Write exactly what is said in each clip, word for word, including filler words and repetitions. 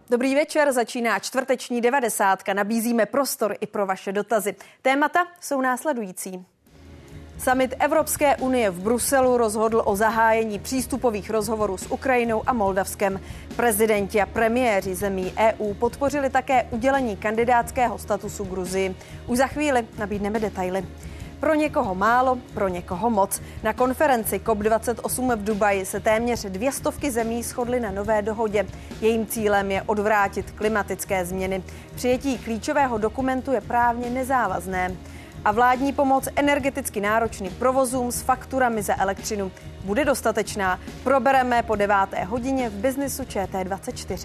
Dobrý večer, začíná čtvrteční devadesátka. Nabízíme prostor i pro vaše dotazy. Témata jsou následující. Summit Evropské unie v Bruselu rozhodl o zahájení přístupových rozhovorů s Ukrajinou a Moldavskem. Prezidenti a premiéři zemí E U podpořili také udělení kandidátského statusu Gruzii. Už za chvíli nabídneme detaily. Pro někoho málo, pro někoho moc. Na konferenci C O P dvacet osm v Dubaji se téměř dvě stovky zemí shodly na nové dohodě. Jejím cílem je odvrátit klimatické změny. Přijetí klíčového dokumentu je právně nezávazné. A vládní pomoc energeticky náročným provozům s fakturami za elektřinu bude dostatečná. Probereme po deváté hodině v Biznisu Č T dvacet čtyři.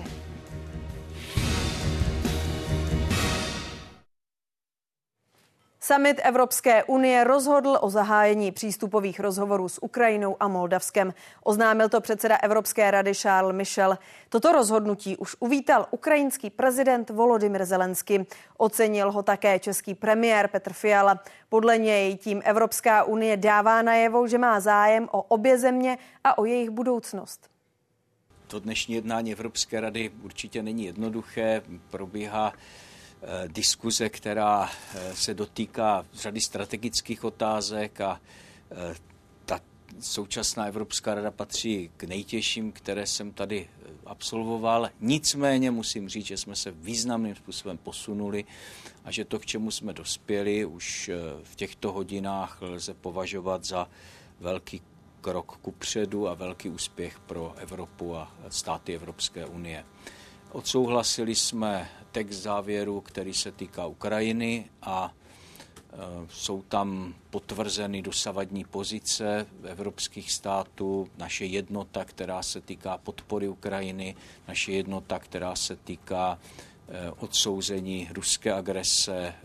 Summit Evropské unie rozhodl o zahájení přístupových rozhovorů s Ukrajinou a Moldavskem. Oznámil to předseda Evropské rady Charles Michel. Toto rozhodnutí už uvítal ukrajinský prezident Volodymyr Zelensky. Ocenil ho také český premiér Petr Fiala. Podle něj tím Evropská unie dává najevo, že má zájem o obě země a o jejich budoucnost. To dnešní jednání Evropské rady určitě není jednoduché. Probíhá diskuze, která se dotýká řady strategických otázek a ta současná Evropská rada patří k nejtěžším, které jsem tady absolvoval. Nicméně musím říct, že jsme se významným způsobem posunuli a že to, k čemu jsme dospěli, už v těchto hodinách lze považovat za velký krok kupředu a velký úspěch pro Evropu a státy Evropské unie. Odsouhlasili jsme text závěru, který se týká Ukrajiny a e, jsou tam potvrzeny dosavadní pozice evropských států, naše jednota, která se týká podpory Ukrajiny, naše jednota, která se týká e, odsouzení ruské agrese, e,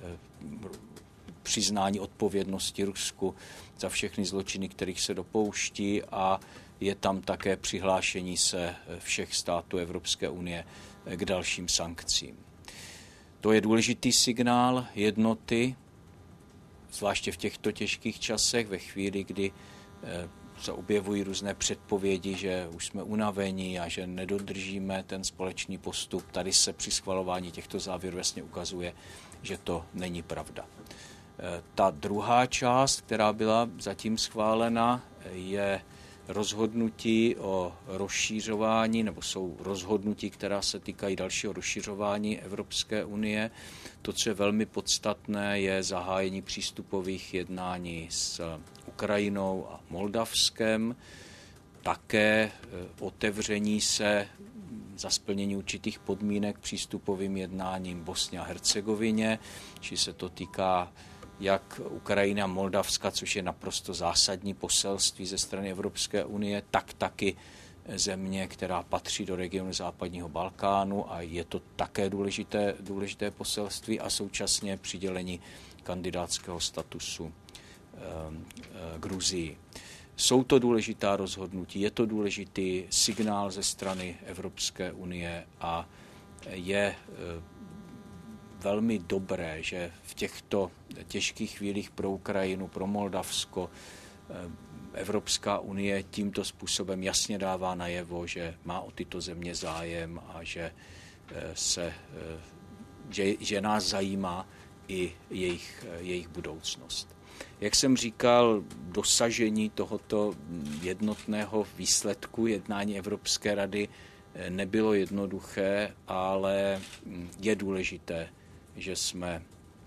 přiznání odpovědnosti Rusku za všechny zločiny, kterých se dopouští, a je tam také přihlášení se všech států Evropské unie k dalším sankcím. To je důležitý signál jednoty, zvláště v těchto těžkých časech, ve chvíli, kdy se objevují různé předpovědi, že už jsme unavení a že nedodržíme ten společný postup. Tady se při schvalování těchto závěrů vlastně ukazuje, že to není pravda. Ta druhá část, která byla zatím schválena, je rozhodnutí o rozšířování, nebo jsou rozhodnutí, která se týkají dalšího rozšiřování Evropské unie. To, co je velmi podstatné, je zahájení přístupových jednání s Ukrajinou a Moldavskem, také otevření se za splnění určitých podmínek přístupovým jednáním Bosně a Hercegovině, či se to týká jak Ukrajina, Moldavska, což je naprosto zásadní poselství ze strany Evropské unie, tak taky země, která patří do regionu západního Balkánu, a je to také důležité, důležité poselství, a současně přidělení kandidátského statusu e, e, Gruzii. Jsou to důležitá rozhodnutí, je to důležitý signál ze strany Evropské unie a je e, velmi dobré, že v těchto těžkých chvílích pro Ukrajinu, pro Moldavsko Evropská unie tímto způsobem jasně dává najevo, že má o tyto země zájem a že, se, že, že nás zajímá i jejich, jejich budoucnost. Jak jsem říkal, dosažení tohoto jednotného výsledku jednání Evropské rady nebylo jednoduché, ale je důležité, že jsme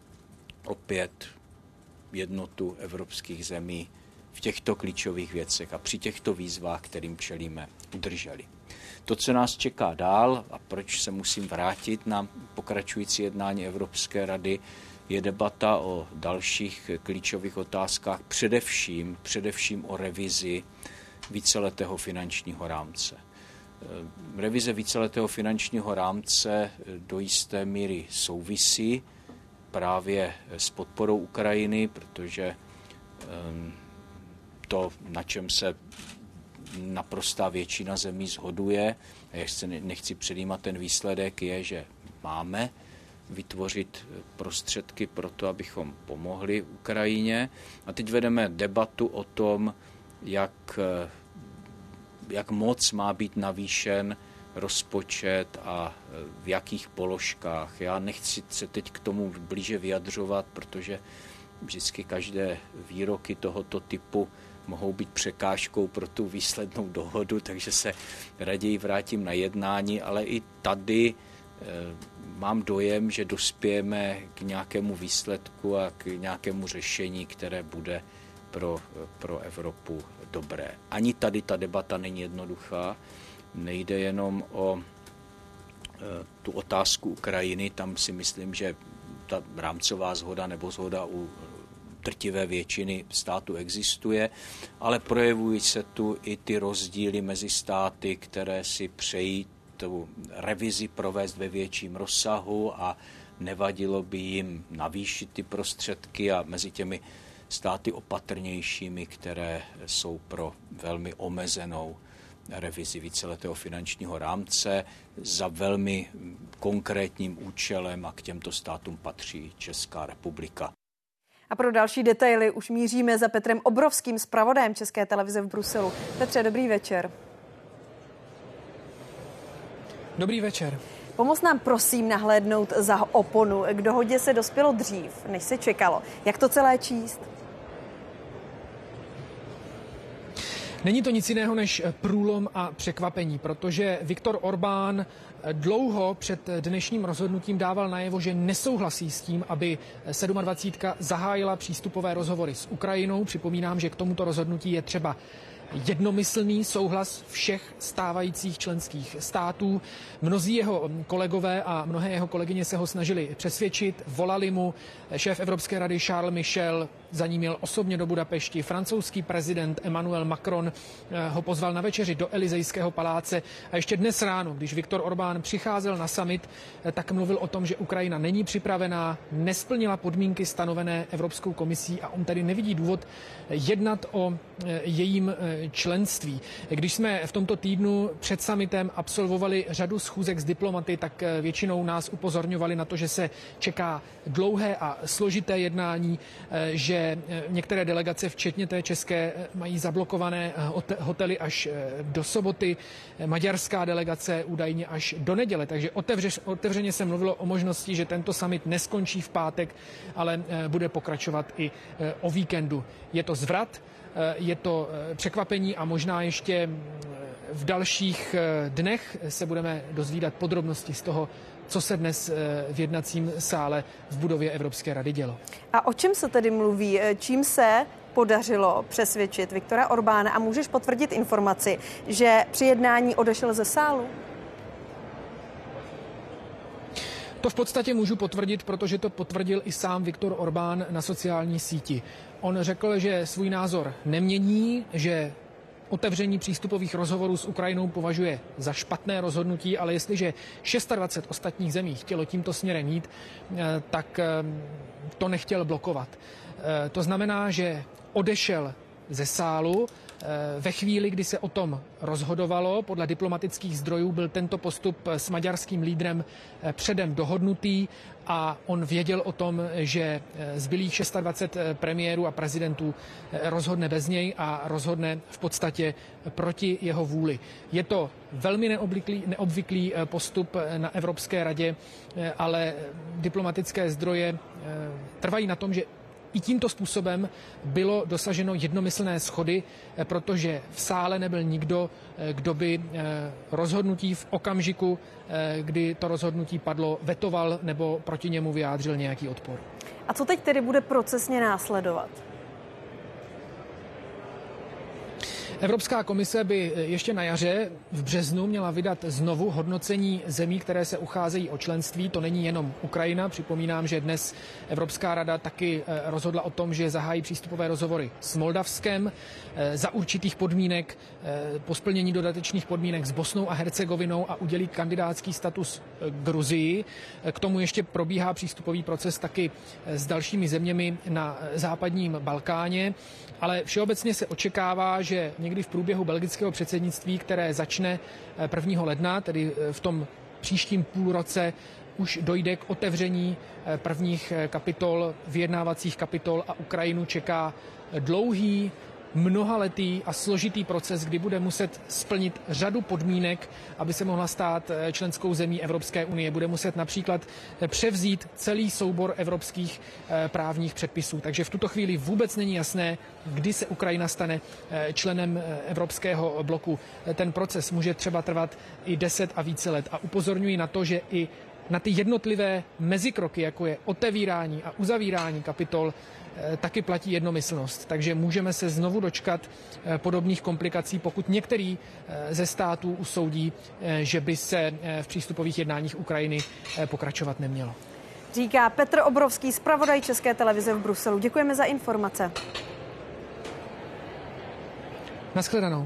opět jednotu evropských zemí v těchto klíčových věcech a při těchto výzvách, kterým čelíme, udrželi. To, co nás čeká dál a proč se musím vrátit na pokračující jednání Evropské rady, je debata o dalších klíčových otázkách, především, především o revizi víceletého finančního rámce. Revize víceletého finančního rámce do jisté míry souvisí právě s podporou Ukrajiny, protože to, na čem se naprostá většina zemí shoduje, a já nechci předjímat ten výsledek, je, že máme vytvořit prostředky pro to, abychom pomohli Ukrajině. A teď vedeme debatu o tom, jak jak moc má být navýšen rozpočet a v jakých položkách. Já nechci se teď k tomu blíže vyjadřovat, protože vždycky každé výroky tohoto typu mohou být překážkou pro tu výslednou dohodu, takže se raději vrátím na jednání, ale i tady e, mám dojem, že dospějeme k nějakému výsledku a k nějakému řešení, které bude pro, pro Evropu dobré. Ani tady ta debata není jednoduchá. Nejde jenom o e, tu otázku Ukrajiny, tam si myslím, že ta rámcová shoda nebo shoda u drtivé většiny států existuje, ale projevují se tu i ty rozdíly mezi státy, které si přejí tu revizi provést ve větším rozsahu a nevadilo by jim navýšit ty prostředky, a mezi těmi státy opatrnějšími, které jsou pro velmi omezenou revizi víceletého finančního rámce za velmi konkrétním účelem, a k těmto státům patří Česká republika. A pro další detaily už míříme za Petrem Obrovským, zpravodajem České televize v Bruselu. Petře, dobrý večer. Dobrý večer. Pomoz nám prosím nahlédnout za oponu. K dohodě se dospělo dřív, než se čekalo. Jak to celé číst? Není to nic jiného než průlom a překvapení, protože Viktor Orbán dlouho před dnešním rozhodnutím dával najevo, že nesouhlasí s tím, aby dvacítka sedm zahájila přístupové rozhovory s Ukrajinou. Připomínám, že k tomuto rozhodnutí je třeba jednomyslný souhlas všech stávajících členských států. Mnozí jeho kolegové a mnohé jeho kolegyně se ho snažili přesvědčit, volali mu. Šéf Evropské rady Charles Michel za ním jel osobně do Budapešti. Francouzský prezident Emmanuel Macron ho pozval na večeři do Elysejského paláce. A ještě dnes ráno, když Viktor Orbán přicházel na summit, tak mluvil o tom, že Ukrajina není připravená, nesplnila podmínky stanovené Evropskou komisí a on tedy nevidí důvod jednat o jejím členství. Když jsme v tomto týdnu před summitem absolvovali řadu schůzek s diplomaty, tak většinou nás upozorňovali na to, že se čeká dlouhé a složité jednání, že některé delegace, včetně té české, mají zablokované hotely až do soboty, maďarská delegace údajně až do neděle. Takže otevře, otevřeně se mluvilo o možnosti, že tento summit neskončí v pátek, ale bude pokračovat i o víkendu. Je to zvrat, je to překvapení a možná ještě v dalších dnech se budeme dozvídat podrobnosti z toho, co se dnes v jednacím sále v budově Evropské rady dělo. A o čem se tedy mluví? Čím se podařilo přesvědčit Viktora Orbána? A můžeš potvrdit informaci, že při jednání odešel ze sálu? To v podstatě můžu potvrdit, protože to potvrdil i sám Viktor Orbán na sociální síti. On řekl, že svůj názor nemění, že otevření přístupových rozhovorů s Ukrajinou považuje za špatné rozhodnutí, ale jestliže dvacet šest ostatních zemí chtělo tímto směrem jít, tak to nechtěl blokovat. To znamená, že odešel ze sálu. Ve chvíli, kdy se o tom rozhodovalo, podle diplomatických zdrojů byl tento postup s maďarským lídrem předem dohodnutý a on věděl o tom, že zbylých dvacet šest premiérů a prezidentů rozhodne bez něj a rozhodne v podstatě proti jeho vůli. Je to velmi neobvyklý, neobvyklý postup na Evropské radě, ale diplomatické zdroje trvají na tom, že i tímto způsobem bylo dosaženo jednomyslné shody, protože v sále nebyl nikdo, kdo by rozhodnutí v okamžiku, kdy to rozhodnutí padlo, vetoval nebo proti němu vyjádřil nějaký odpor. A co teď tedy bude procesně následovat? Evropská komise by ještě na jaře v březnu měla vydat znovu hodnocení zemí, které se ucházejí o členství. To není jenom Ukrajina. Připomínám, že dnes Evropská rada taky rozhodla o tom, že zahájí přístupové rozhovory s Moldavskem za určitých podmínek, po splnění dodatečných podmínek s Bosnou a Hercegovinou a udělí kandidátský status Gruzii. K tomu ještě probíhá přístupový proces taky s dalšími zeměmi na západním Balkáně, ale všeobecně se očekává, že někdy v průběhu belgického předsednictví, které začne prvního ledna, tedy v tom příštím půlroce, už dojde k otevření prvních kapitol, vyjednávacích kapitol a Ukrajinu čeká dlouhý mnohaletý a složitý proces, kdy bude muset splnit řadu podmínek, aby se mohla stát členskou zemí Evropské unie. Bude muset například převzít celý soubor evropských právních předpisů. Takže v tuto chvíli vůbec není jasné, kdy se Ukrajina stane členem evropského bloku. Ten proces může třeba trvat i deset a více let. A upozorňuji na to, že i na ty jednotlivé mezikroky, jako je otevírání a uzavírání kapitol, taky platí jednomyslnost. Takže můžeme se znovu dočkat podobných komplikací, pokud některý ze států usoudí, že by se v přístupových jednáních Ukrajiny pokračovat nemělo. Říká Petr Obrovský, zpravodaj České televize v Bruselu. Děkujeme za informace. Naschledanou.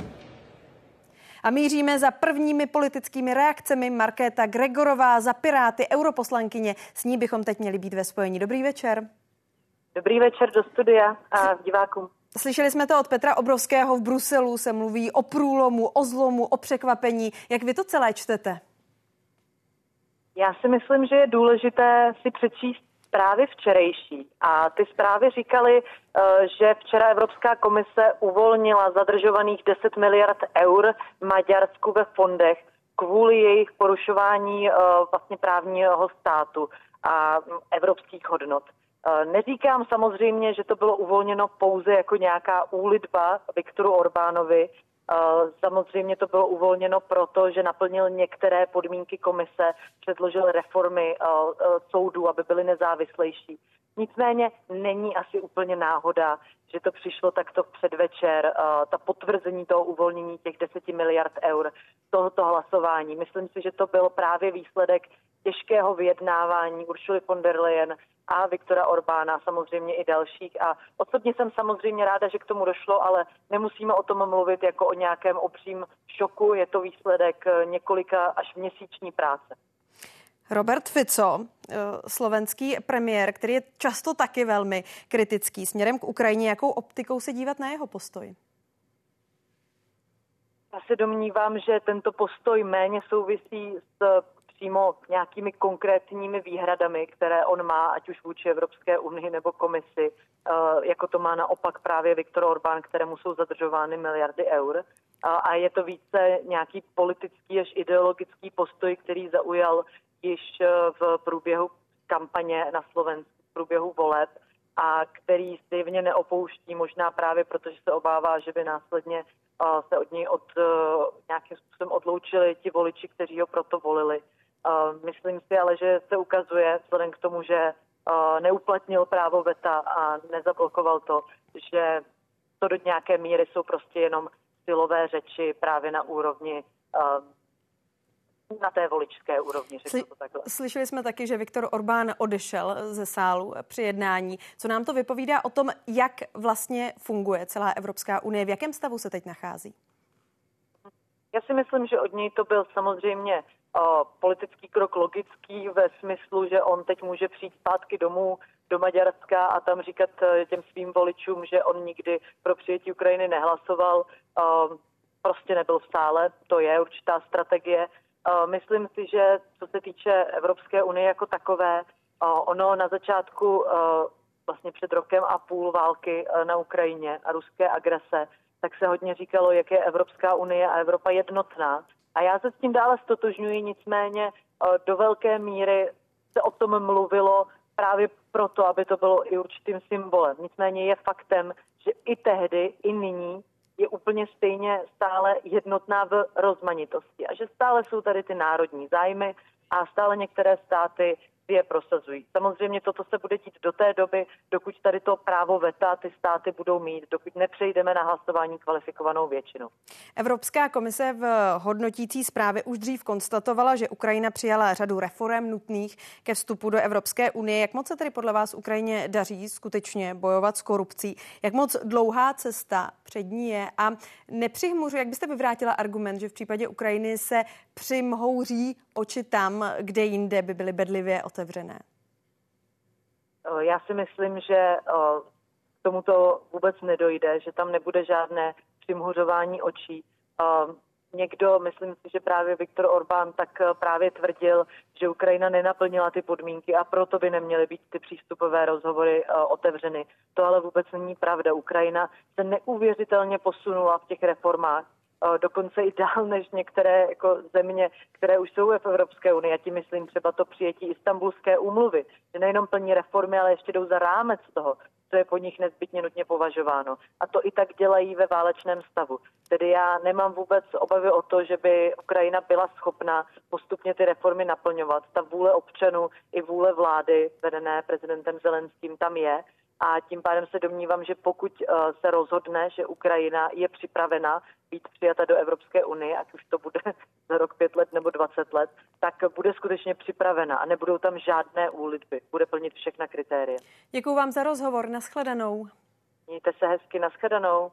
A míříme za prvními politickými reakcemi. Markéta Gregorová za Piráty, europoslankyně. S ní bychom teď měli být ve spojení. Dobrý večer. Dobrý večer do studia a divákům. Slyšeli jsme to od Petra Obrovského. V Bruselu se mluví o průlomu, o zlomu, o překvapení. Jak vy to celé čtete? Já si myslím, že je důležité si přečíst zprávy včerejší. A ty zprávy říkaly, že včera Evropská komise uvolnila zadržovaných deset miliard eur Maďarsku ve fondech kvůli jejich porušování vlastně právního státu a evropských hodnot. Neříkám samozřejmě, že to bylo uvolněno pouze jako nějaká úlitba Viktoru Orbánovi. Samozřejmě to bylo uvolněno proto, že naplnil některé podmínky komise, předložil reformy soudů, aby byly nezávislejší. Nicméně není asi úplně náhoda, že to přišlo takto v předvečer, ta potvrzení toho uvolnění těch deseti miliard eur tohoto hlasování. Myslím si, že to byl právě výsledek těžkého vyjednávání Ursuly von der Leyen a Viktora Orbána, samozřejmě i dalších. A osobně jsem samozřejmě ráda, že k tomu došlo, ale nemusíme o tom mluvit jako o nějakém obřím šoku. Je to výsledek několika až měsíční práce. Robert Fico, slovenský premiér, který je často taky velmi kritický směrem k Ukrajině. Jakou optikou se dívat na jeho postoj? Já se domnívám, že tento postoj méně souvisí s přímo nějakými konkrétními výhradami, které on má, ať už vůči Evropské unii nebo komisi, jako to má naopak právě Viktor Orbán, kterému jsou zadržovány miliardy eur. A je to více nějaký politický až ideologický postoj, který zaujal již v průběhu kampaně na Slovensku, v průběhu voleb, a který zjevně neopouští, možná právě protože se obává, že by následně se od něj od, nějakým způsobem odloučili ti voliči, kteří ho proto volili. Myslím si ale, že se ukazuje, vzhledem k tomu, že neuplatnil právo veta a nezablokoval to, že to do nějaké míry jsou prostě jenom silové řeči právě na úrovni, na té voličské úrovni, řeknu to takhle. Slyšeli jsme taky, že Viktor Orbán odešel ze sálu při jednání. Co nám to vypovídá o tom, jak vlastně funguje celá Evropská unie, v jakém stavu se teď nachází? Já si myslím, že od něj to byl samozřejmě o, politický krok logický ve smyslu, že on teď může přijít zpátky domů do Maďarska a tam říkat těm svým voličům, že on nikdy pro přijetí Ukrajiny nehlasoval, o, prostě nebyl v sále, to je určitá strategie. O, myslím si, že co se týče Evropské unie jako takové, o, ono na začátku o, vlastně před rokem a půl války na Ukrajině a ruské agrese, tak se hodně říkalo, jak je Evropská unie a Evropa jednotná. A já se s tím dále stotožňuji, nicméně do velké míry se o tom mluvilo právě proto, aby to bylo i určitým symbolem. Nicméně je faktem, že i tehdy, i nyní je úplně stejně stále jednotná v rozmanitosti a že stále jsou tady ty národní zájmy a stále některé státy je prosazují. Samozřejmě toto se bude dít do té doby, dokud tady to právo veta ty státy budou mít, dokud nepřejdeme na hlasování kvalifikovanou většinou. Evropská komise v hodnotící zprávě už dřív konstatovala, že Ukrajina přijala řadu reforem nutných ke vstupu do Evropské unie. Jak moc se tedy podle vás Ukrajině daří skutečně bojovat s korupcí? Jak moc dlouhá cesta před ní je? A nepřihmuřuje, jak byste vyvrátila argument, že v případě Ukrajiny se přimhouří oči tam, kde jinde by byly bedlivě otevřené? Já si myslím, že k tomuto vůbec nedojde, že tam nebude žádné přimhuřování očí. někdo, myslím si, že právě Viktor Orbán tak právě tvrdil, že Ukrajina nenaplnila ty podmínky a proto by neměly být ty přístupové rozhovory otevřeny. To ale vůbec není pravda. Ukrajina se neuvěřitelně posunula v těch reformách, dokonce i dál než některé jako země, které už jsou v Evropské unii. Já tím myslím třeba to přijetí Istanbulské úmluvy, že nejenom plní reformy, ale ještě jdou za rámec toho, co je po nich nezbytně nutně považováno. A to i tak dělají ve válečném stavu. Tedy já nemám vůbec obavy o to, že by Ukrajina byla schopna postupně ty reformy naplňovat. Ta vůle občanů i vůle vlády vedené prezidentem Zelenským tam je. A tím pádem se domnívám, že pokud se rozhodne, že Ukrajina je připravena být přijata do Evropské unie, ať už to bude za rok pět let nebo dvacet let, tak bude skutečně připravena a nebudou tam žádné úlitby. Bude plnit všechna kritéria. Děkuju vám za rozhovor. Naschledanou. Mějte se hezky. Naschledanou.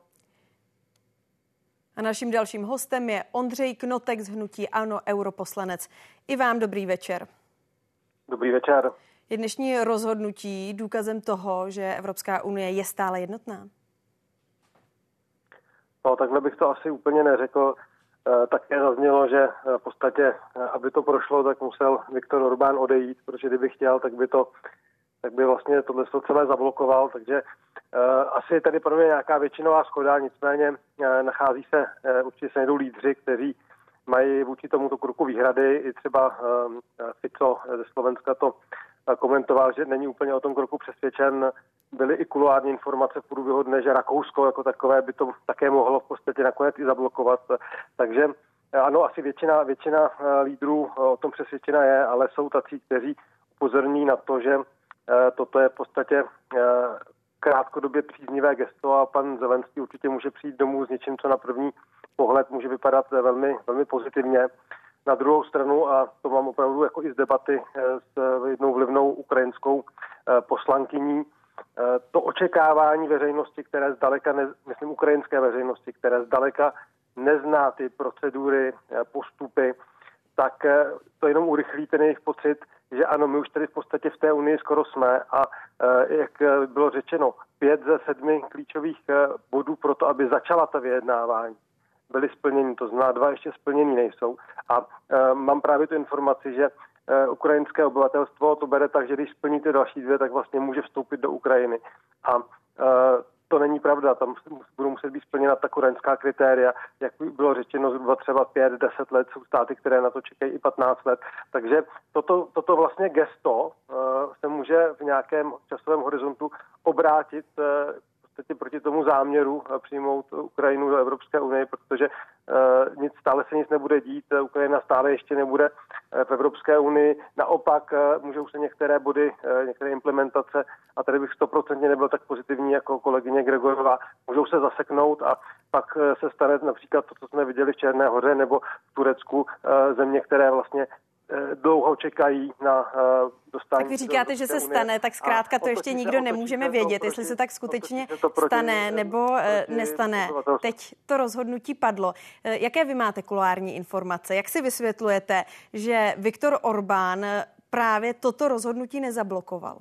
A naším dalším hostem je Ondřej Knotek z hnutí ANO, europoslanec. I vám dobrý večer. Dobrý večer. Je dnešní rozhodnutí důkazem toho, že Evropská unie je stále jednotná? No, takhle bych to asi úplně neřekl. Také zaznělo, že v podstatě, aby to prošlo, tak musel Viktor Orbán odejít, protože kdyby chtěl, tak by to, tak by vlastně tohle celé zablokoval. Takže asi je tady pro mě nějaká většinová shoda, nicméně nachází se, určitě se nejdou lídři, kteří mají vůči tomuto kroku výhrady. I třeba Fico ze Slovenska to komentoval, že není úplně o tom kroku přesvědčen. Byly i kuloární informace v průběhu dne, že Rakousko jako takové by to také mohlo v podstatě nakonec i zablokovat. Takže ano, asi většina, většina lídrů o tom přesvědčena je, ale jsou tací, kteří upozorní na to, že toto je v podstatě krátkodobě příznivé gesto a pan Zelenský určitě může přijít domů s něčím, co na první pohled může vypadat velmi, velmi pozitivně. Na druhou stranu, a to mám opravdu jako i z debaty s jednou vlivnou ukrajinskou poslankyní, to očekávání veřejnosti, které zdaleka, ne, myslím ukrajinské veřejnosti, které zdaleka nezná ty procedury, postupy, tak to jenom urychlí ten jejich pocit, že ano, my už tady v podstatě v té unii skoro jsme a jak bylo řečeno, pět ze sedmi klíčových bodů pro to, aby začala ta vyjednávání, byly splněny, to znamená dva ještě splněný nejsou. A e, mám právě tu informaci, že e, ukrajinské obyvatelstvo to bere tak, že když splní ty další dvě, tak vlastně může vstoupit do Ukrajiny. A e, to není pravda, tam budou muset být splněna ta kodaňská kritéria, jak bylo řečeno, zhruba třeba pět, deset let jsou státy, které na to čekají i patnáct let. Takže toto, toto vlastně gesto e, se může v nějakém časovém horizontu obrátit e, proti tomu záměru přijmout Ukrajinu do Evropské unie, protože uh, nic, stále se nic nebude dít, Ukrajina stále ještě nebude uh, v Evropské unii. Naopak uh, můžou se některé body, uh, některé implementace, a tady bych stoprocentně nebyl tak pozitivní jako kolegyně Gregorová, můžou se zaseknout a pak uh, se stane například to, co jsme viděli v Černé Hoře nebo v Turecku, uh, země, které vlastně dlouho čekají na uh, dostání. Tak vy říkáte, že se stane, tak zkrátka to ještě nikdo nemůžeme vědět, jestli se tak skutečně stane nebo nestane. Teď to rozhodnutí padlo. Jaké vy máte kulární informace? Jak si vysvětlujete, že Viktor Orbán právě toto rozhodnutí nezablokoval?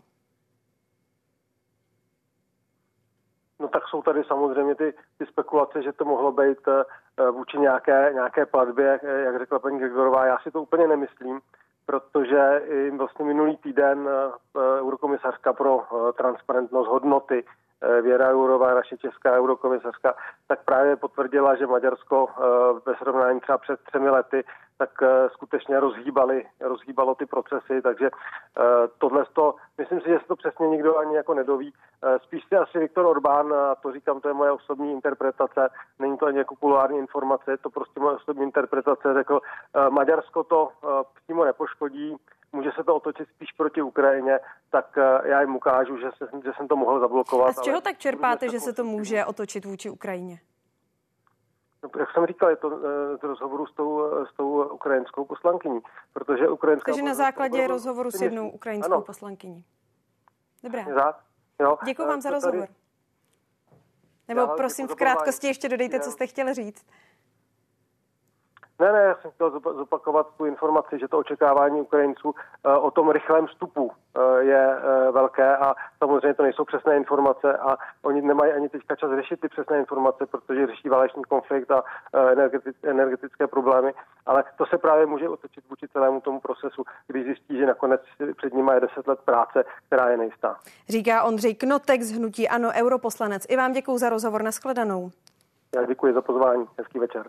No tak jsou tady samozřejmě ty, ty spekulace, že to mohlo být uh, vůči nějaké, nějaké platbě, jak řekla paní Gregorová. Já si to úplně nemyslím, protože i vlastně minulý týden uh, eurokomisařka pro uh, transparentnost hodnoty uh, Věra Jourová, naše česká eurokomisařka, tak právě potvrdila, že Maďarsko uh, ve srovnání třeba před třemi lety tak uh, skutečně rozhýbali, rozhýbalo ty procesy, takže uh, tohle to, myslím si, že se to přesně nikdo ani jako nedoví. Uh, spíš si asi Viktor Orbán, a to říkám, to je moje osobní interpretace, není to ani jako kulární informace, je to prostě moje osobní interpretace, řekl, uh, Maďarsko to uh, přímo nepoškodí, může se to otočit spíš proti Ukrajině, tak uh, já jim ukážu, že, se, že jsem to mohl zablokovat. A z čeho tak čerpáte, že se to může otočit vůči Ukrajině? No, jak jsem říkal, je to z rozhovoru s tou, s tou ukrajinskou poslankyní, protože ukrajinská... Takže na základě rozhovoru s jednou ukrajinskou ano. poslankyní. Dobrá. Jo. Děkuji vám za rozhovor. Nebo Já, prosím v krátkosti ještě dodejte, co jste chtěl říct. Ne, ne, já jsem chtěl zopakovat tu informaci, že to očekávání Ukrajinců o tom rychlém vstupu je velké a samozřejmě to nejsou přesné informace a oni nemají ani teďka čas řešit ty přesné informace, protože řeší válečný konflikt a energetické problémy, ale to se právě může otočit vůči celému tomu procesu, když zjistí, že nakonec před nimi je deset let práce, která je nejistá. Říká Ondřej Knotek z hnutí ANO, europoslanec. I vám děkuju za rozhovor, nashledanou. Já děkuji za pozvání, hezký večer.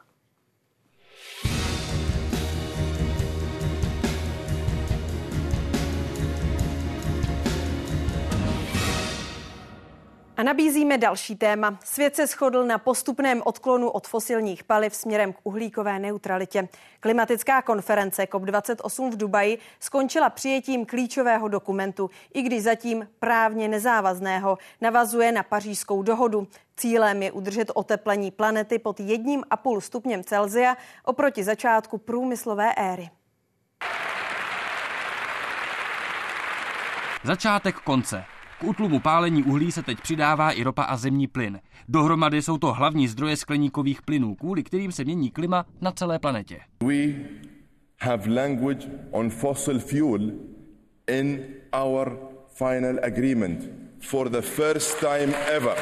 A nabízíme další téma. Svět se shodl na postupném odklonu od fosilních paliv směrem k uhlíkové neutralitě. Klimatická konference C O P dvacet osm v Dubaji skončila přijetím klíčového dokumentu, i když zatím právně nezávazného. Navazuje na Pařížskou dohodu. Cílem je udržet oteplení planety pod jedním a půl stupněm Celsia oproti začátku průmyslové éry. Začátek konce. K útlumu pálení uhlí se teď přidává i ropa a zemní plyn. Dohromady jsou to hlavní zdroje skleníkových plynů, kvůli kterým se mění klima na celé planetě. We have language on fossil fuel in our final agreement for the first time ever.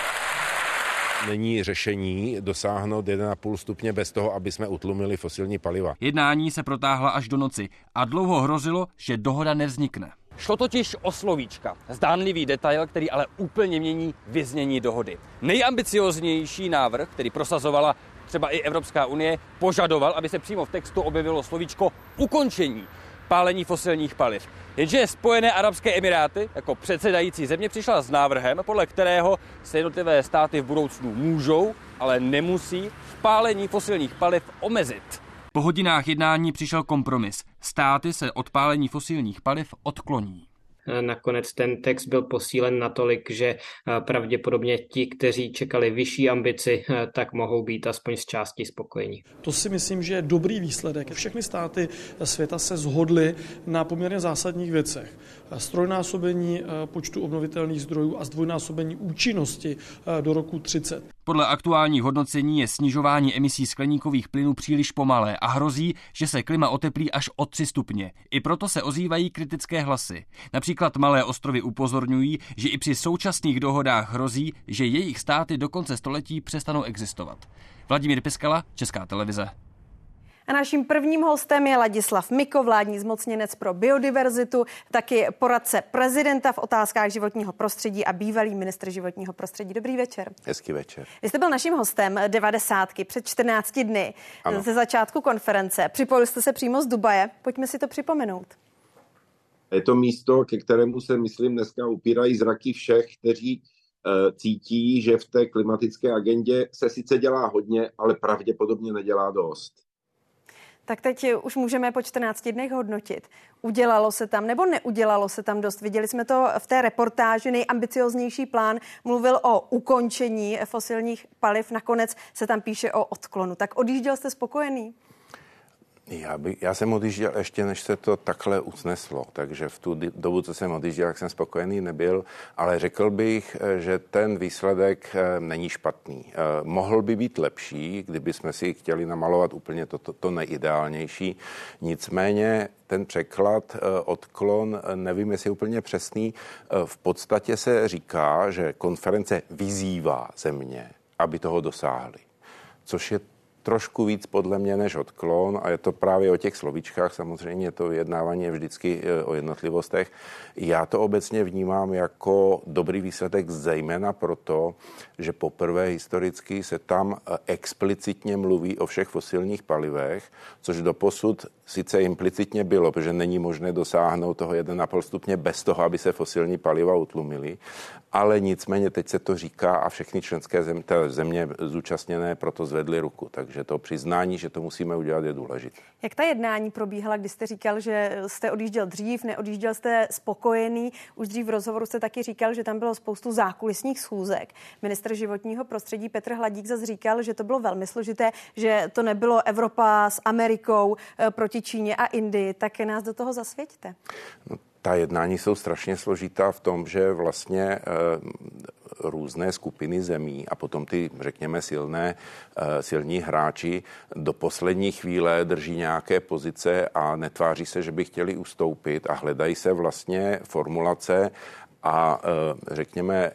Není řešení dosáhnout jeden a půl stupně bez toho, aby jsme utlumili fosilní paliva. Jednání se protáhla až do noci a dlouho hrozilo, že dohoda nevznikne. Šlo totiž o slovíčka. Zdánlivý detail, který ale úplně mění vyznění dohody. Nejambicioznější návrh, který prosazovala třeba i Evropská unie, požadoval, aby se přímo v textu objevilo slovíčko ukončení pálení fosilních paliv. Jenže Spojené arabské emiráty jako předsedající země přišla s návrhem, podle kterého se jednotlivé státy v budoucnu můžou, ale nemusí v pálení fosilních paliv omezit. Po hodinách jednání přišel kompromis. Státy se od pálení fosilních paliv odkloní. Nakonec ten text byl posílen natolik, že pravděpodobně ti, kteří čekali vyšší ambici, tak mohou být aspoň z části spokojení. To si myslím, že je dobrý výsledek. Všechny státy světa se shodly na poměrně zásadních věcech. Strojnásobení počtu obnovitelných zdrojů a zdvojnásobení účinnosti do roku třicet. Podle aktuálních hodnocení je snižování emisí skleníkových plynů příliš pomalé a hrozí, že se klima oteplí až o tři stupně. I proto se ozývají kritické hlasy. Například malé ostrovy upozorňují, že i při současných dohodách hrozí, že jejich státy do konce století přestanou existovat. Vladimír Piskala, Česká televize. A naším prvním hostem je Ladislav Miko, vládní zmocněnec pro biodiverzitu, taky poradce prezidenta v otázkách životního prostředí a bývalý ministr životního prostředí. Dobrý večer. Hezký večer. Vy jste byl naším hostem devadesátky před čtrnácti dny ano. ze začátku konference. Připojil jste se přímo z Dubaje. Pojďme si to připomenout. Je to místo, ke kterému se, myslím, dneska upírají zraky všech, kteří uh, cítí, že v té klimatické agendě se sice dělá hodně, ale pravděpodobně nedělá dost. Tak teď už můžeme po čtrnácti dnech hodnotit. Udělalo se tam nebo neudělalo se tam dost? Viděli jsme to v té reportáži. Nejambicioznější plán mluvil o ukončení fosilních paliv. Nakonec se tam píše o odklonu. Tak odjížděl jste spokojený? Já, by, já jsem odjížděl ještě, než se to takhle usneslo, takže v tu dobu, co jsem odjížděl, jak jsem spokojený nebyl, ale řekl bych, že ten výsledek není špatný. Mohl by být lepší, kdyby jsme si chtěli namalovat úplně to, to, to nejideálnější. Nicméně ten překlad, odklon, nevím, jestli je úplně přesný. V podstatě se říká, že konference vyzývá země, aby toho dosáhly, což je trošku víc podle mě než odklon a je to právě o těch slovíčkách, samozřejmě to vyjednávání je vždycky o jednotlivostech. Já to obecně vnímám jako dobrý výsledek zejména proto, že poprvé historicky se tam explicitně mluví o všech fosilních palivech, což doposud sice implicitně bylo, protože není možné dosáhnout toho jeden a půl stupně bez toho, aby se fosilní paliva utlumily, ale nicméně teď se to říká a všechny členské země, země zúčastněné proto zvedly ruku, takže to přiznání, že to musíme udělat, je důležité. Jak ta jednání probíhala, když jste říkal, že jste odjížděl dřív, neodjížděl jste spokojený? Už dřív v rozhovoru jste taky říkal, že tam bylo spoustu zákulisních schůzek. Ministr životního prostředí Petr Hladík zase říkal, že to bylo velmi složité, že to nebylo Evropa s Amerikou proti Číně a Indii. Tak nás do toho zasvěťte. No. Ta jednání jsou strašně složitá v tom, že vlastně různé skupiny zemí a potom ty, řekněme, silné, silní hráči do poslední chvíle drží nějaké pozice a netváří se, že by chtěli ustoupit a hledají se vlastně formulace a řekněme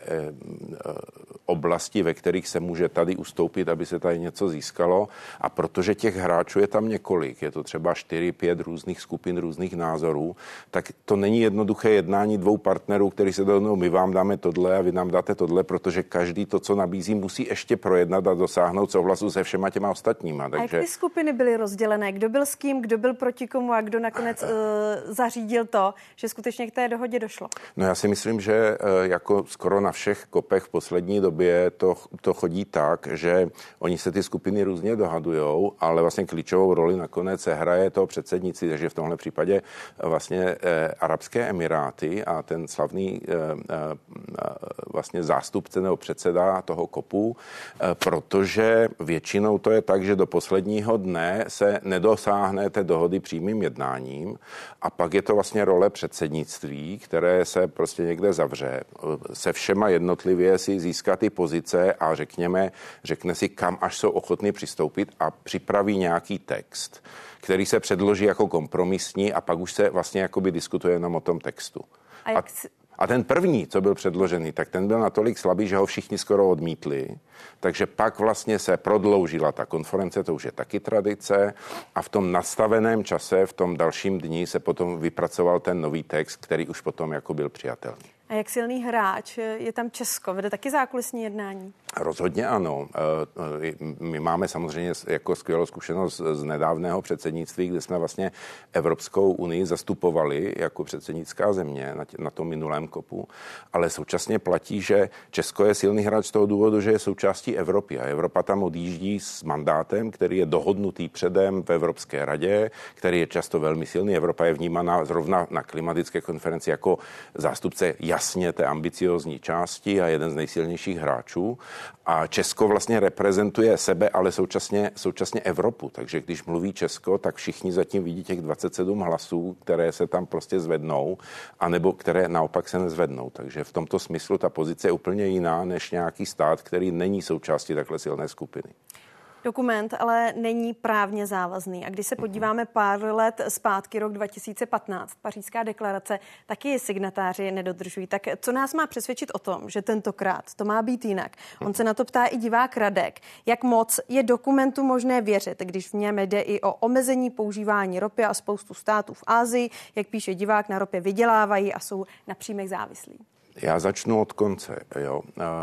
oblasti, ve kterých se může tady ustoupit, aby se tady něco získalo. A protože těch hráčů je tam několik, je to třeba čtyři, pět různých skupin, různých názorů, tak to není jednoduché jednání dvou partnerů, kteří se dohodnou, my vám dáme tohle a vy nám dáte tohle, protože každý to, co nabízí, musí ještě projednat a dosáhnout souhlasu se všema těma ostatníma. Takže... A jak ty skupiny byly rozdělené? Kdo byl s kým, kdo byl proti komu a kdo nakonec uh, zařídil to, že skutečně k té dohodě došlo? No já si myslím, že jako skoro na všech kopech v poslední době to, to chodí tak, že oni se ty skupiny různě dohadujou, ale vlastně klíčovou roli nakonec se hraje to předsednictví, takže v tomhle případě vlastně eh, Arabské Emiráty a ten slavný eh, eh, vlastně zástupce nebo předseda toho kopu, eh, protože většinou to je tak, že do posledního dne se nedosáhne té dohody přímým jednáním a pak je to vlastně role předsednictví, které se prostě někde zavře, se všema jednotlivě si získá ty pozice a řekněme, řekne si, kam až jsou ochotní přistoupit a připraví nějaký text, který se předloží jako kompromisní a pak už se vlastně jakoby diskutuje jenom o tom textu. A, jak si... a ten první, co byl předložený, tak ten byl natolik slabý, že ho všichni skoro odmítli. Takže pak vlastně se prodloužila ta konference, to už je taky tradice a v tom nastaveném čase, v tom dalším dni se potom vypracoval ten nový text, který už potom jako byl přijatelný. A jak silný hráč je tam Česko? Vede taky zákulisní jednání? Rozhodně ano. My máme samozřejmě jako skvělou zkušenost z nedávného předsednictví, kde jsme vlastně Evropskou unii zastupovali jako předsednická země na tom minulém kopu, ale současně platí, že Česko je silný hráč z toho důvodu, že je součástí Evropy a Evropa tam odjíždí s mandátem, který je dohodnutý předem v Evropské radě, který je často velmi silný. Evropa je vnímána zrovna na klimatické konferenci jako zástupce jasně té ambiciózní části a jeden z nejsilnějších hráčů. A Česko vlastně reprezentuje sebe, ale současně, současně Evropu. Takže když mluví Česko, tak všichni zatím vidí těch dvacet sedm hlasů, které se tam prostě zvednou, anebo které naopak se nezvednou. Takže v tomto smyslu ta pozice je úplně jiná než nějaký stát, který není součástí takhle silné skupiny. Dokument ale není právně závazný. A když se podíváme pár let zpátky, rok dva tisíce patnáct, Pařížská deklarace, taky signatáři nedodržují. Tak co nás má přesvědčit o tom, že tentokrát to má být jinak? On se na to ptá i divák Radek. Jak moc je dokumentu možné věřit, když v něm jde i o omezení používání ropy a spoustu států v Asii, jak píše divák, na ropě vydělávají a jsou na příjmech závislí? Já začnu od konce. Jo.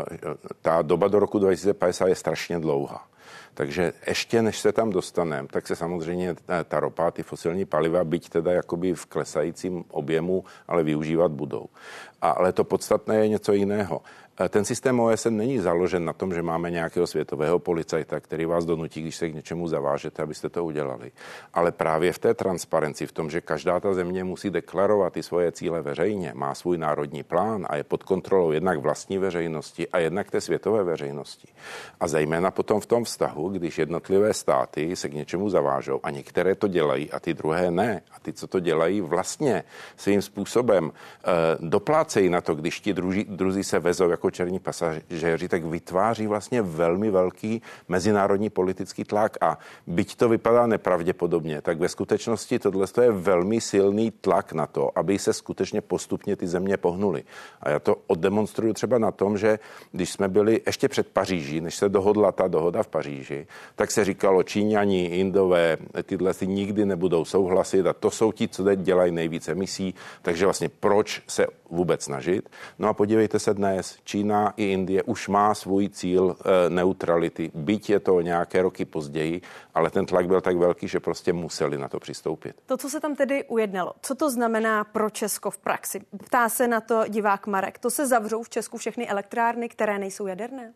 Ta doba do roku dva tisíce padesát je strašně dlouhá. Takže ještě než se tam dostaneme, tak se samozřejmě ta ropa, ty fosilní paliva, byť teda jakoby v klesajícím objemu, ale využívat budou. Ale to podstatné je něco jiného. Ten systém O S N není založen na tom, že máme nějakého světového policajta, který vás donutí, když se k něčemu zavážete, abyste to udělali. Ale právě v té transparenci, v tom, že každá ta země musí deklarovat ty svoje cíle veřejně, má svůj národní plán a je pod kontrolou jednak vlastní veřejnosti a jednak té světové veřejnosti. A zejména potom v tom vztahu, když jednotlivé státy se k něčemu zavážou a některé to dělají a ty druhé ne. A ty, co to dělají, vlastně svým způsobem eh, doplácejí na to, když ti druží, druzí se vezou jako černí pasažéři, tak vytváří vlastně velmi velký mezinárodní politický tlak a byť to vypadá nepravděpodobně, tak ve skutečnosti tohle je velmi silný tlak na to, aby se skutečně postupně ty země pohnuly. A já to oddemonstruju třeba na tom, že když jsme byli ještě před Paříží, než se dohodla ta dohoda v Paříži, tak se říkalo, Číňani, Indové, tyhle si nikdy nebudou souhlasit a to jsou ti, co dělají nejvíce emisí, takže vlastně proč se vůbec snažit? No a podívejte se dnes, Čína i Indie už má svůj cíl e, neutrality, byť je to nějaké roky později, ale ten tlak byl tak velký, že prostě museli na to přistoupit. To, co se tam tedy ujednalo, co to znamená pro Česko v praxi? Ptá se na to divák Marek. To se zavřou v Česku všechny elektrárny, které nejsou jaderné?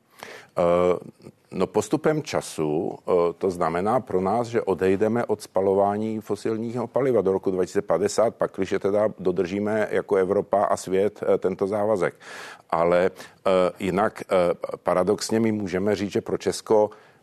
Uh, no postupem času uh, to znamená pro nás, že odejdeme od spalování fosilního paliva do roku dva tisíce padesát, pak, když teda dodržíme jako Evropa a svět uh, tento závazek. Ale uh, jinak uh, paradoxně my můžeme říct, že pro Česko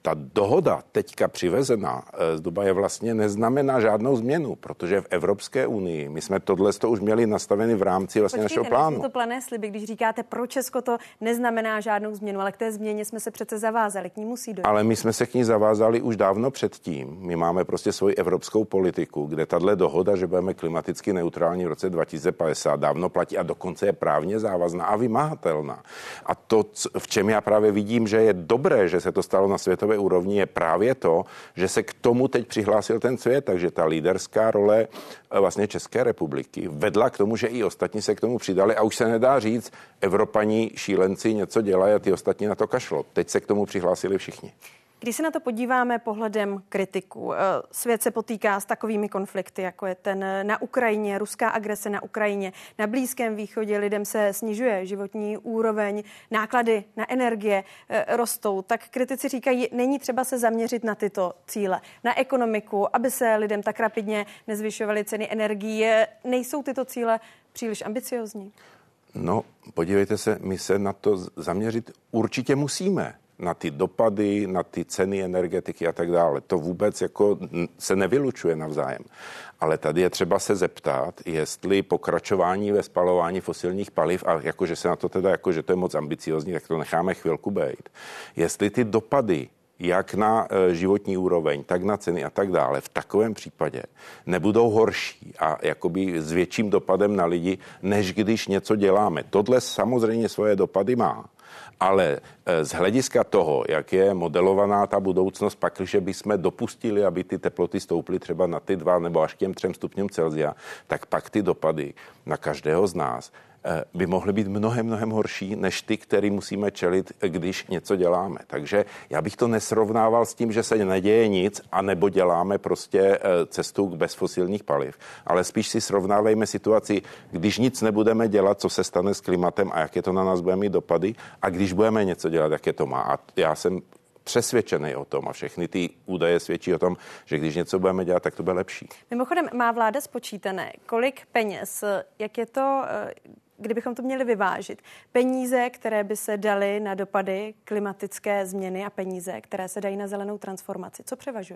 ta dohoda teďka přivezená z Dubaje vlastně neznamená žádnou změnu, protože v Evropské unii my jsme tohle to už měli nastavený v rámci vlastně Počkejte, našeho plánu. Počkejte, to plané sliby, když říkáte pro Česko to neznamená žádnou změnu, ale k té změně jsme se přece zavázali, k ní musí dojít. Ale my jsme se k ní zavázali už dávno předtím. My máme prostě svoji evropskou politiku, kde tahle dohoda, že budeme klimaticky neutrální v roce dva tisíce padesát, dávno platí a dokonce je právně závazná a vymahatelná. A to, v čem já právě vidím, že je dobré, že se to stalo na světové úrovni, je právě to, že se k tomu teď přihlásil ten svět, takže ta líderská role vlastně České republiky vedla k tomu, že i ostatní se k tomu přidali a už se nedá říct, Evropaní šílenci něco dělají a ty ostatní na to kašlou. Teď se k tomu přihlásili všichni. Když se na to podíváme pohledem kritiků, svět se potýká s takovými konflikty, jako je ten na Ukrajině, ruská agrese na Ukrajině, na Blízkém východě lidem se snižuje životní úroveň, náklady na energie rostou, tak kritici říkají, není třeba se zaměřit na tyto cíle, na ekonomiku, aby se lidem tak rapidně nezvyšovaly ceny energií. Nejsou tyto cíle příliš ambiciozní? No, podívejte se, my se na to zaměřit určitě musíme. Na ty dopady, na ty ceny energetiky a tak dále. To vůbec jako se nevylučuje navzájem. Ale tady je třeba se zeptat, jestli pokračování ve spalování fosilních paliv, a jakože se na to teda, jakože to je moc ambiciozní, tak to necháme chvilku bejt. Jestli ty dopady jak na životní úroveň, tak na ceny a tak dále, v takovém případě nebudou horší a jakoby s větším dopadem na lidi, než když něco děláme. Tohle samozřejmě svoje dopady má. Ale z hlediska toho, jak je modelovaná ta budoucnost, pakliže bychom dopustili, aby ty teploty stouply třeba na ty dva nebo až k těm třem stupňům Celsia, tak pak ty dopady na každého z nás by mohly být mnohem, mnohem horší, než ty, který musíme čelit, když něco děláme. Takže já bych to nesrovnával s tím, že se neděje nic, anebo děláme prostě cestu k bezfosilních paliv. Ale spíš si srovnávejme situaci, když nic nebudeme dělat, co se stane s klimatem a jaké to na nás bude mít dopady, a když budeme něco dělat, jaké to má. A já jsem přesvědčený o tom a všechny ty údaje svědčí o tom, že když něco budeme dělat, tak to bude lepší. Mimochodem, má vláda spočítané, kolik peněz, jak je to, kdybychom to měli vyvážit, peníze, které by se daly na dopady klimatické změny a peníze, které se dají na zelenou transformaci. Co převažuje?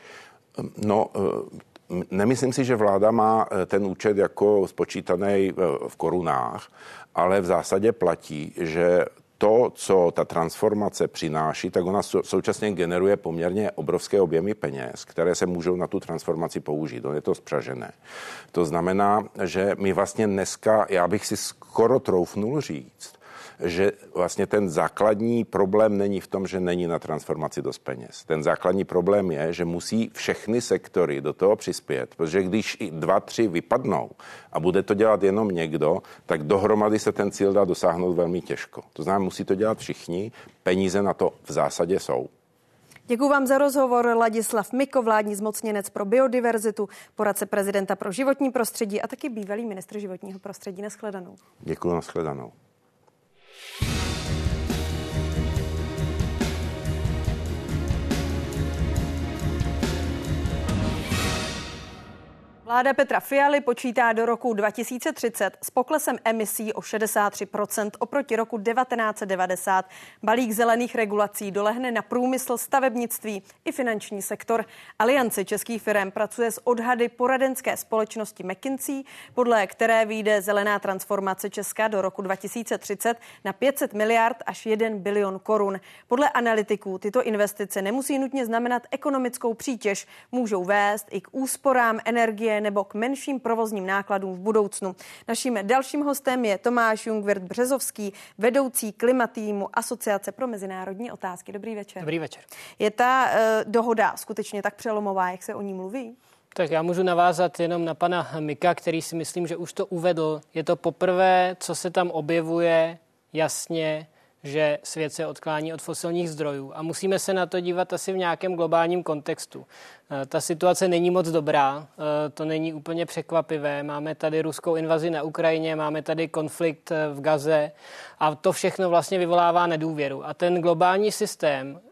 No, nemyslím si, že vláda má ten účet jako spočítaný v korunách, ale v zásadě platí, že to, co ta transformace přináší, tak ona současně generuje poměrně obrovské objemy peněz, které se můžou na tu transformaci použít. On je to spřažené. To znamená, že my vlastně dneska, já bych si skoro troufnul říct, že vlastně ten základní problém není v tom, že není na transformaci dost peněz. Ten základní problém je, že musí všechny sektory do toho přispět, protože když i dva, tři vypadnou a bude to dělat jenom někdo, tak dohromady se ten cíl dá dosáhnout velmi těžko. To znamená, musí to dělat všichni, peníze na to v zásadě jsou. Děkuji vám za rozhovor. Ladislav Miko, vládní zmocněnec pro biodiverzitu, poradce prezidenta pro životní prostředí a taky bývalý ministr životního prostředí. Nashledanou. Děkuji, nashledanou. Vláda Petra Fialy počítá do roku dva tisíce třicet s poklesem emisí o šedesát tři procent oproti roku devatenáct set devadesát. Balík zelených regulací dolehne na průmysl, stavebnictví i finanční sektor. Aliance českých firem pracuje s odhady poradenské společnosti McKinsey, podle které vyjde zelená transformace Česka do roku dva tisíce třicet na pět set miliard až jeden bilion korun. Podle analytiků tyto investice nemusí nutně znamenat ekonomickou přítěž, můžou vést i k úsporám energie nebo k menším provozním nákladům v budoucnu. Naším dalším hostem je Tomáš Jungwirth Březovský, vedoucí klimatýmu Asociace pro mezinárodní otázky. Dobrý večer. Dobrý večer. Je ta uh, dohoda skutečně tak přelomová, jak se o ní mluví? Tak já můžu navázat jenom na pana Mika, který si myslím, že už to uvedl. Je to poprvé, co se tam objevuje jasně, že svět se odklání od fosilních zdrojů a musíme se na to dívat asi v nějakém globálním kontextu. Ta situace není moc dobrá, to není úplně překvapivé. Máme tady ruskou invazi na Ukrajině, máme tady konflikt v Gaze a to všechno vlastně vyvolává nedůvěru. A ten globální systém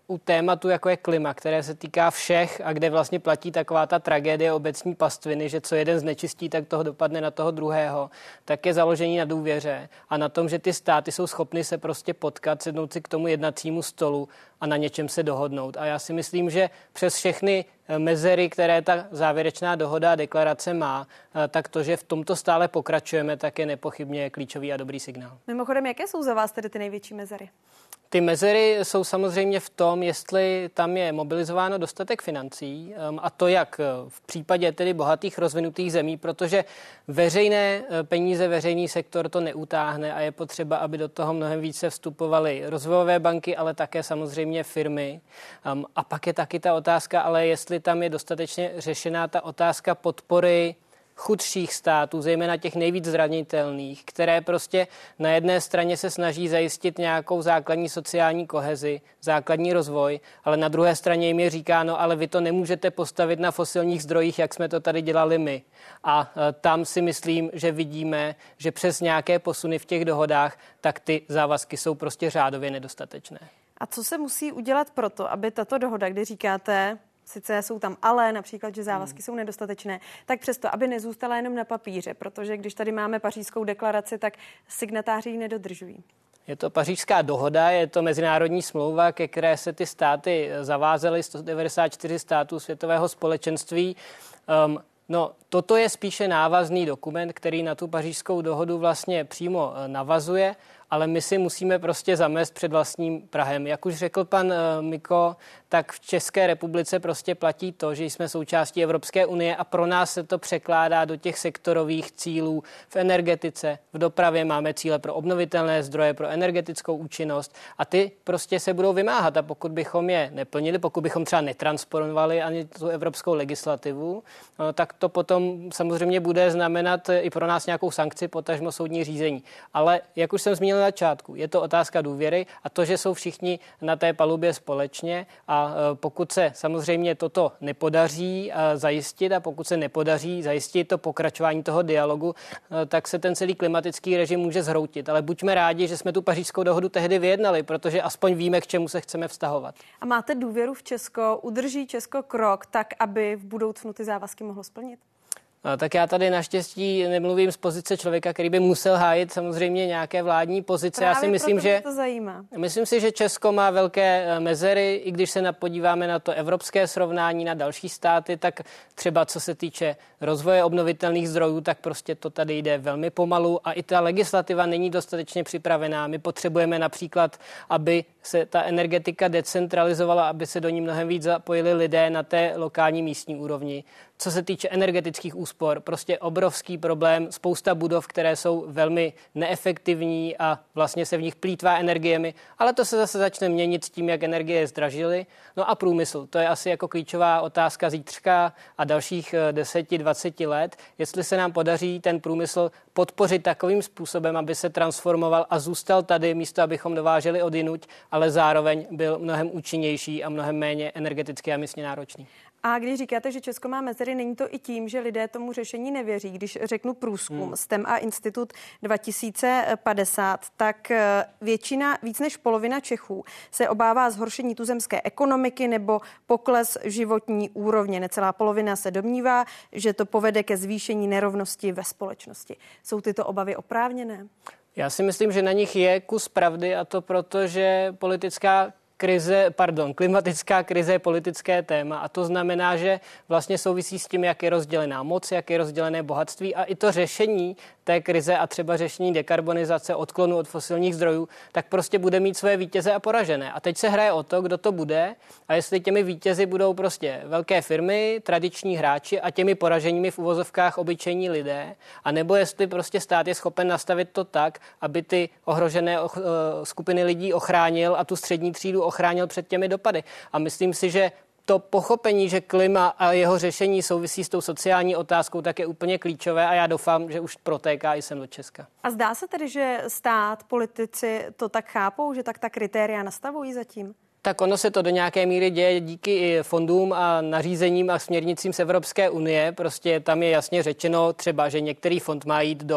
u tématu, jako je klima, které se týká všech a kde vlastně platí taková ta tragédie obecní pastviny, že co jeden znečistí, tak toho dopadne na toho druhého, tak je založení na důvěře a na tom, že ty státy jsou schopny se prostě potkat, sednout si k tomu jednacímu stolu a na něčem se dohodnout. A já si myslím, že přes všechny mezery, které ta závěrečná dohoda a deklarace má, tak to, že v tomto stále pokračujeme, tak je nepochybně klíčový a dobrý signál. Mimochodem, jaké jsou za vás tedy ty největší mezery? Ty mezery jsou samozřejmě v tom, jestli tam je mobilizováno dostatek financí, a to jak v případě tedy bohatých rozvinutých zemí, protože veřejné peníze, veřejný sektor to neutáhne a je potřeba, aby do toho mnohem více vstupovaly rozvojové banky, ale také samozřejmě firmy. A pak je taky ta otázka, ale jestli tam je dostatečně řešená ta otázka podpory chudších států, zejména těch nejvíc zranitelných, které prostě na jedné straně se snaží zajistit nějakou základní sociální kohezi, základní rozvoj, ale na druhé straně jim je říkáno, ale vy to nemůžete postavit na fosilních zdrojích, jak jsme to tady dělali my. A tam si myslím, že vidíme, že přes nějaké posuny v těch dohodách, tak ty závazky jsou prostě řádově nedostatečné. A co se musí udělat proto, aby tato dohoda, kdy říkáte, sice jsou tam ale, například, že závazky hmm. jsou nedostatečné, tak přesto, aby nezůstala jenom na papíře, protože když tady máme Pařížskou deklaraci, tak signatáři ji nedodržují. Je to Pařížská dohoda, je to mezinárodní smlouva, ke které se ty státy zavázaly, sto devadesát čtyři států světového společenství. Um, No, toto je spíše návazný dokument, který na tu Pařížskou dohodu vlastně přímo navazuje, ale my si musíme prostě zamést před vlastním prahem. Jak už řekl pan Miko, tak v České republice prostě platí to, že jsme součástí Evropské unie a pro nás se to překládá do těch sektorových cílů v energetice, v dopravě máme cíle pro obnovitelné zdroje, pro energetickou účinnost a ty prostě se budou vymáhat a pokud bychom je neplnili, pokud bychom třeba netransponovali ani tu evropskou legislativu, tak to potom samozřejmě bude znamenat i pro nás nějakou sankci, potažmo soudní řízení. Ale jak už jsem zmínil na začátku, je to otázka důvěry a to, že jsou všichni na té palubě společně a pokud se samozřejmě toto nepodaří zajistit a pokud se nepodaří zajistit to pokračování toho dialogu, tak se ten celý klimatický režim může zhroutit. Ale buďme rádi, že jsme tu Pařížskou dohodu tehdy vyjednali, protože aspoň víme, k čemu se chceme vztahovat. A máte důvěru v Česko? Udrží Česko krok tak, aby v budoucnu ty závazky mohlo splnit? No, tak já tady naštěstí nemluvím z pozice člověka, který by musel hájit samozřejmě nějaké vládní pozice. Právě já si myslím, že to zajímá. Myslím si, že Česko má velké mezery, i když se podíváme na to evropské srovnání, na další státy, tak třeba co se týče rozvoje obnovitelných zdrojů, tak prostě to tady jde velmi pomalu a i ta legislativa není dostatečně připravená. My potřebujeme například, aby se ta energetika decentralizovala, aby se do ní mnohem víc zapojili lidé na té lokální místní úrovni. Co se týče energetických úspor, prostě obrovský problém, spousta budov, které jsou velmi neefektivní a vlastně se v nich plýtvá energiemi, ale to se zase začne měnit s tím, jak energie zdražily. No a průmysl, to je asi jako klíčová otázka zítřka a dalších deset dvacet let, jestli se nám podaří ten průmysl podpořit takovým způsobem, aby se transformoval a zůstal tady, místo abychom dováželi odjinuť, ale zároveň byl mnohem účinnější a mnohem méně energeticky a emisně náročný. A když říkáte, že Česko má mezery, není to i tím, že lidé tomu řešení nevěří? Když řeknu průzkum hmm. S T E M a Institut dva tisíce padesát, tak většina, víc než polovina Čechů se obává zhoršení tuzemské ekonomiky nebo pokles životní úrovně. Necelá polovina se domnívá, že to povede ke zvýšení nerovnosti ve společnosti. Jsou tyto obavy oprávněné? Já si myslím, že na nich je kus pravdy a to proto, že politická krize, pardon, klimatická krize je politické téma a to znamená, že vlastně souvisí s tím, jak je rozdělená moc, jak je rozdělené bohatství a i to řešení té krize a třeba řešení dekarbonizace, odklonu od fosilních zdrojů, tak prostě bude mít své vítěze a poražené. A teď se hraje o to, kdo to bude a jestli těmi vítězi budou prostě velké firmy, tradiční hráči a těmi poraženími v uvozovkách obyčejní lidé, a nebo jestli prostě stát je schopen nastavit to tak, aby ty ohrožené skupiny lidí ochránil a tu střední třídu ochránil před těmi dopady. A myslím si, že to pochopení, že klima a jeho řešení souvisí s tou sociální otázkou, tak je úplně klíčové a já doufám, že už protéká i sem do Česka. A zdá se tedy, že stát, politici to tak chápou, že tak ta kritéria nastavují zatím? Tak ono se to do nějaké míry děje díky i fondům a nařízením a směrnicím z Evropské unie. Prostě tam je jasně řečeno třeba, že některý fond má jít do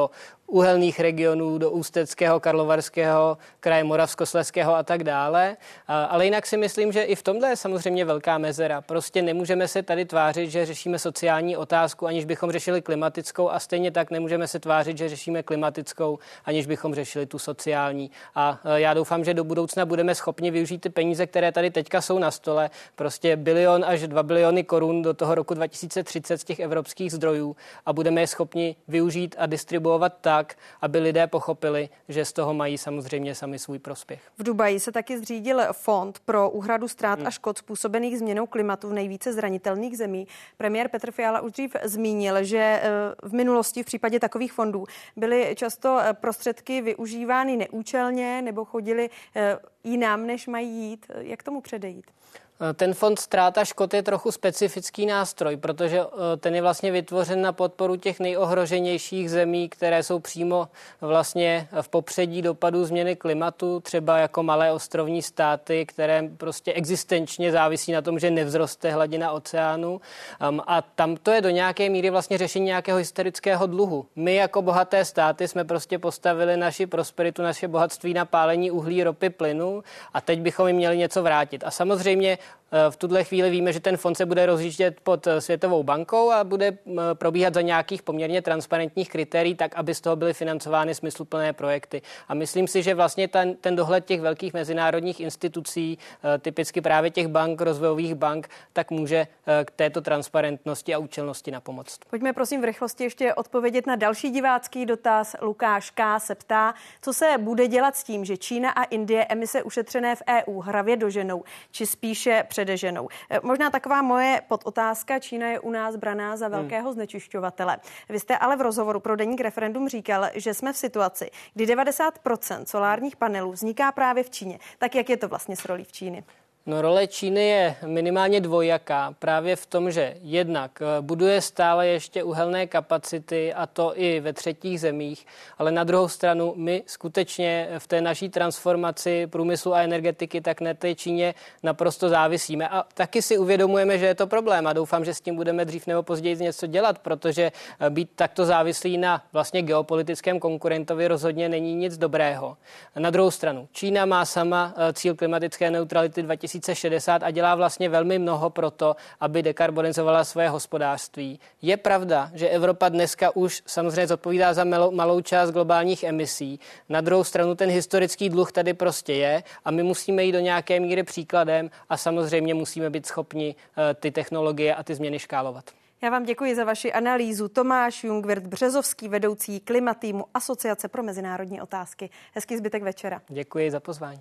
uhelných regionů do Ústeckého, Karlovarského kraje, Moravskoslezského a tak dále. Ale jinak si myslím, že i v tomhle je samozřejmě velká mezera. Prostě nemůžeme se tady tvářit, že řešíme sociální otázku, aniž bychom řešili klimatickou, a stejně tak nemůžeme se tvářit, že řešíme klimatickou, aniž bychom řešili tu sociální. A já doufám, že do budoucna budeme schopni využít ty peníze, které tady teďka jsou na stole, prostě bilion až dva biliony korun do toho roku dva tisíce třicet z těch evropských zdrojů, a budeme je schopni využít a distribuovat tak, aby lidé pochopili, že z toho mají samozřejmě sami svůj prospěch. V Dubaji se taky zřídil fond pro úhradu ztrát hmm. a škod způsobených změnou klimatu v nejvíce zranitelných zemí. Premiér Petr Fiala už dřív zmínil, že v minulosti v případě takových fondů byly často prostředky využívány neúčelně nebo chodily jinam, než mají jít. Jak tomu předejít? Ten fond ztrát a škod je trochu specifický nástroj, protože ten je vlastně vytvořen na podporu těch nejohroženějších zemí, které jsou přímo vlastně v popředí dopadů změny klimatu, třeba jako malé ostrovní státy, které prostě existenčně závisí na tom, že nevzroste hladina oceánu. A tam to je do nějaké míry vlastně řešení nějakého historického dluhu. My jako bohaté státy jsme prostě postavili naši prosperitu, naše bohatství na pálení uhlí, ropy, plynu, a teď bychom jim měli něco vrátit. A samozřejmě v tuhle chvíli víme, že ten fond se bude rozjíždět pod Světovou bankou a bude probíhat za nějakých poměrně transparentních kritérií, tak aby z toho byly financovány smysluplné projekty. A myslím si, že vlastně ten, ten dohled těch velkých mezinárodních institucí, typicky právě těch bank, rozvojových bank, tak může k této transparentnosti a účelnosti napomoct. Pojďme prosím v rychlosti ještě odpovědět na další divácký dotaz. Lukáš K. se ptá, co se bude dělat s tím, že Čína a Indie emise ušetřené v E U hravě doženou, či spíše předeženou. Možná taková moje podotázka. Čína je u nás braná za velkého hmm. znečišťovatele. Vy jste ale v rozhovoru pro deník Referendum říkal, že jsme v situaci, kdy devadesát procent solárních panelů vzniká právě v Číně. Tak jak je to vlastně s rolí v Číny? No, role Číny je minimálně dvojaká právě v tom, že jednak buduje stále ještě uhelné kapacity, a to i ve třetích zemích, ale na druhou stranu my skutečně v té naší transformaci průmyslu a energetiky tak na té Číně naprosto závisíme. A taky si uvědomujeme, že je to problém, a doufám, že s tím budeme dřív nebo později něco dělat, protože být takto závislý na vlastně geopolitickém konkurentovi rozhodně není nic dobrého. Na druhou stranu Čína má sama cíl klimatické neutrality dva tisíce šedesát a dělá vlastně velmi mnoho pro to, aby dekarbonizovala své hospodářství. Je pravda, že Evropa dneska už samozřejmě zodpovídá za malou, malou část globálních emisí. Na druhou stranu ten historický dluh tady prostě je a my musíme jít do nějaké míry příkladem a samozřejmě musíme být schopni uh, ty technologie a ty změny škálovat. Já vám děkuji za vaši analýzu. Tomáš Jungwirth Březovský, vedoucí klimatýmu Asociace pro mezinárodní otázky. Hezký zbytek večera. Děkuji za pozvání.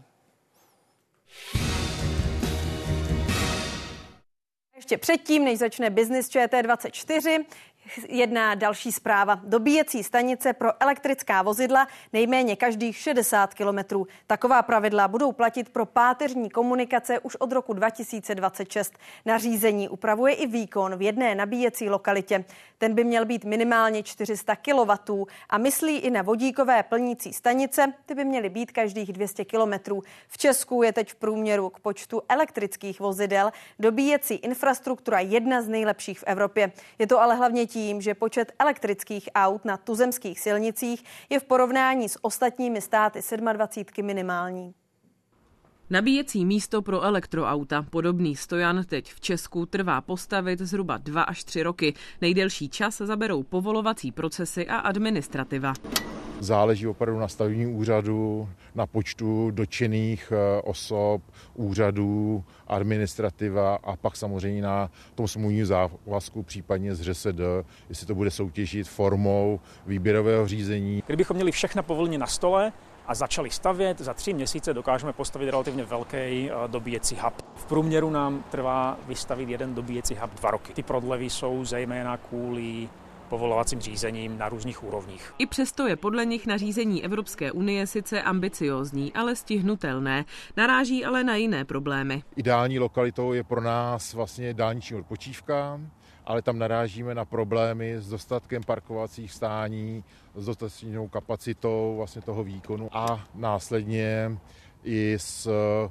Ještě předtím, než začne Business Č T dvacet čtyři, jedna další zpráva. Dobíjecí stanice pro elektrická vozidla nejméně každých šedesát kilometrů. Taková pravidla budou platit pro páteřní komunikace už od roku dva tisíce dvacet šest. Nařízení upravuje i výkon v jedné nabíjecí lokalitě. Ten by měl být minimálně čtyři sta kilowattů a myslí i na vodíkové plnící stanice. Ty by měly být každých dvě stě kilometrů. V Česku je teď v průměru k počtu elektrických vozidel dobíjecí infrastruktura jedna z nejlepších v Evropě. Je to ale hlavně tím, že počet elektrických aut na tuzemských silnicích je v porovnání s ostatními státy dvacet sedm minimální. Nabíjecí místo pro elektroauta. Podobný stojan teď v Česku trvá postavit zhruba dva až tři roky. Nejdelší čas zaberou povolovací procesy a administrativa. Záleží opravdu na stavebním úřadu, na počtu dotčených osob, úřadů, administrativa a pak samozřejmě na tom smluvním závazku, případně z R S D, jestli to bude soutěžit formou výběrového řízení. Kdybychom měli všechna povolení na stole a začali stavět, za tři měsíce dokážeme postavit relativně velký dobíjecí hub. V průměru nám trvá vystavit jeden dobíjecí hub dva roky. Ty prodlevy jsou zejména kvůli povolovacím řízením na různých úrovních. I přesto je podle nich nařízení Evropské unie sice ambiciózní, ale stihnutelné. Naráží ale na jiné problémy. Ideální lokalitou je pro nás vlastně dálniční odpočívka, ale tam narážíme na problémy s dostatkem parkovacích stání, s dostatečnou kapacitou vlastně toho výkonu a následně i s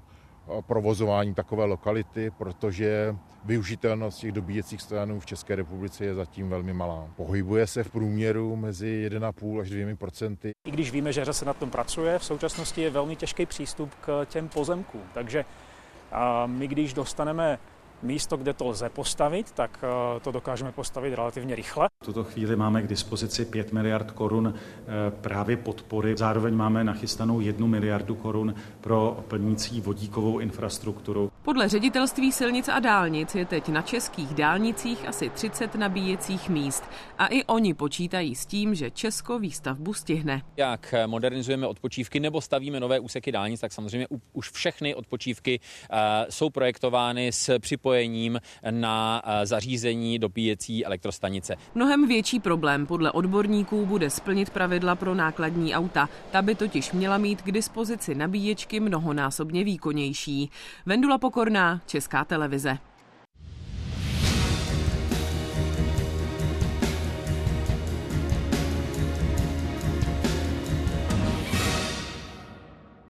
provozování takové lokality, protože využitelnost těch dobíjecích stojanů v České republice je zatím velmi malá. Pohybuje se v průměru mezi jedna a půl až dvěmi procenty. I když víme, že se na tom pracuje, v současnosti je velmi těžký přístup k těm pozemkům. Takže my, když dostaneme místo, kde to lze postavit, tak to dokážeme postavit relativně rychle. V tuto chvíli máme k dispozici pět miliard korun právě podpory. Zároveň máme nachystanou jednu miliardu korun pro plnící vodíkovou infrastrukturu. Podle Ředitelství silnic a dálnic je teď na českých dálnicích asi třicet nabíjecích míst. A i oni počítají s tím, že Česko výstavbu stihne. Jak modernizujeme odpočívky nebo stavíme nové úseky dálnic, tak samozřejmě už všechny odpočívky jsou projektovány s připojením na zařízení dobíjecí elektrostanice. Mnohem větší problém podle odborníků bude splnit pravidla pro nákladní auta. Ta by totiž měla mít k dispozici nabíječky mnohonásobně výkonnější. Vendula Pokorná, Česká televize.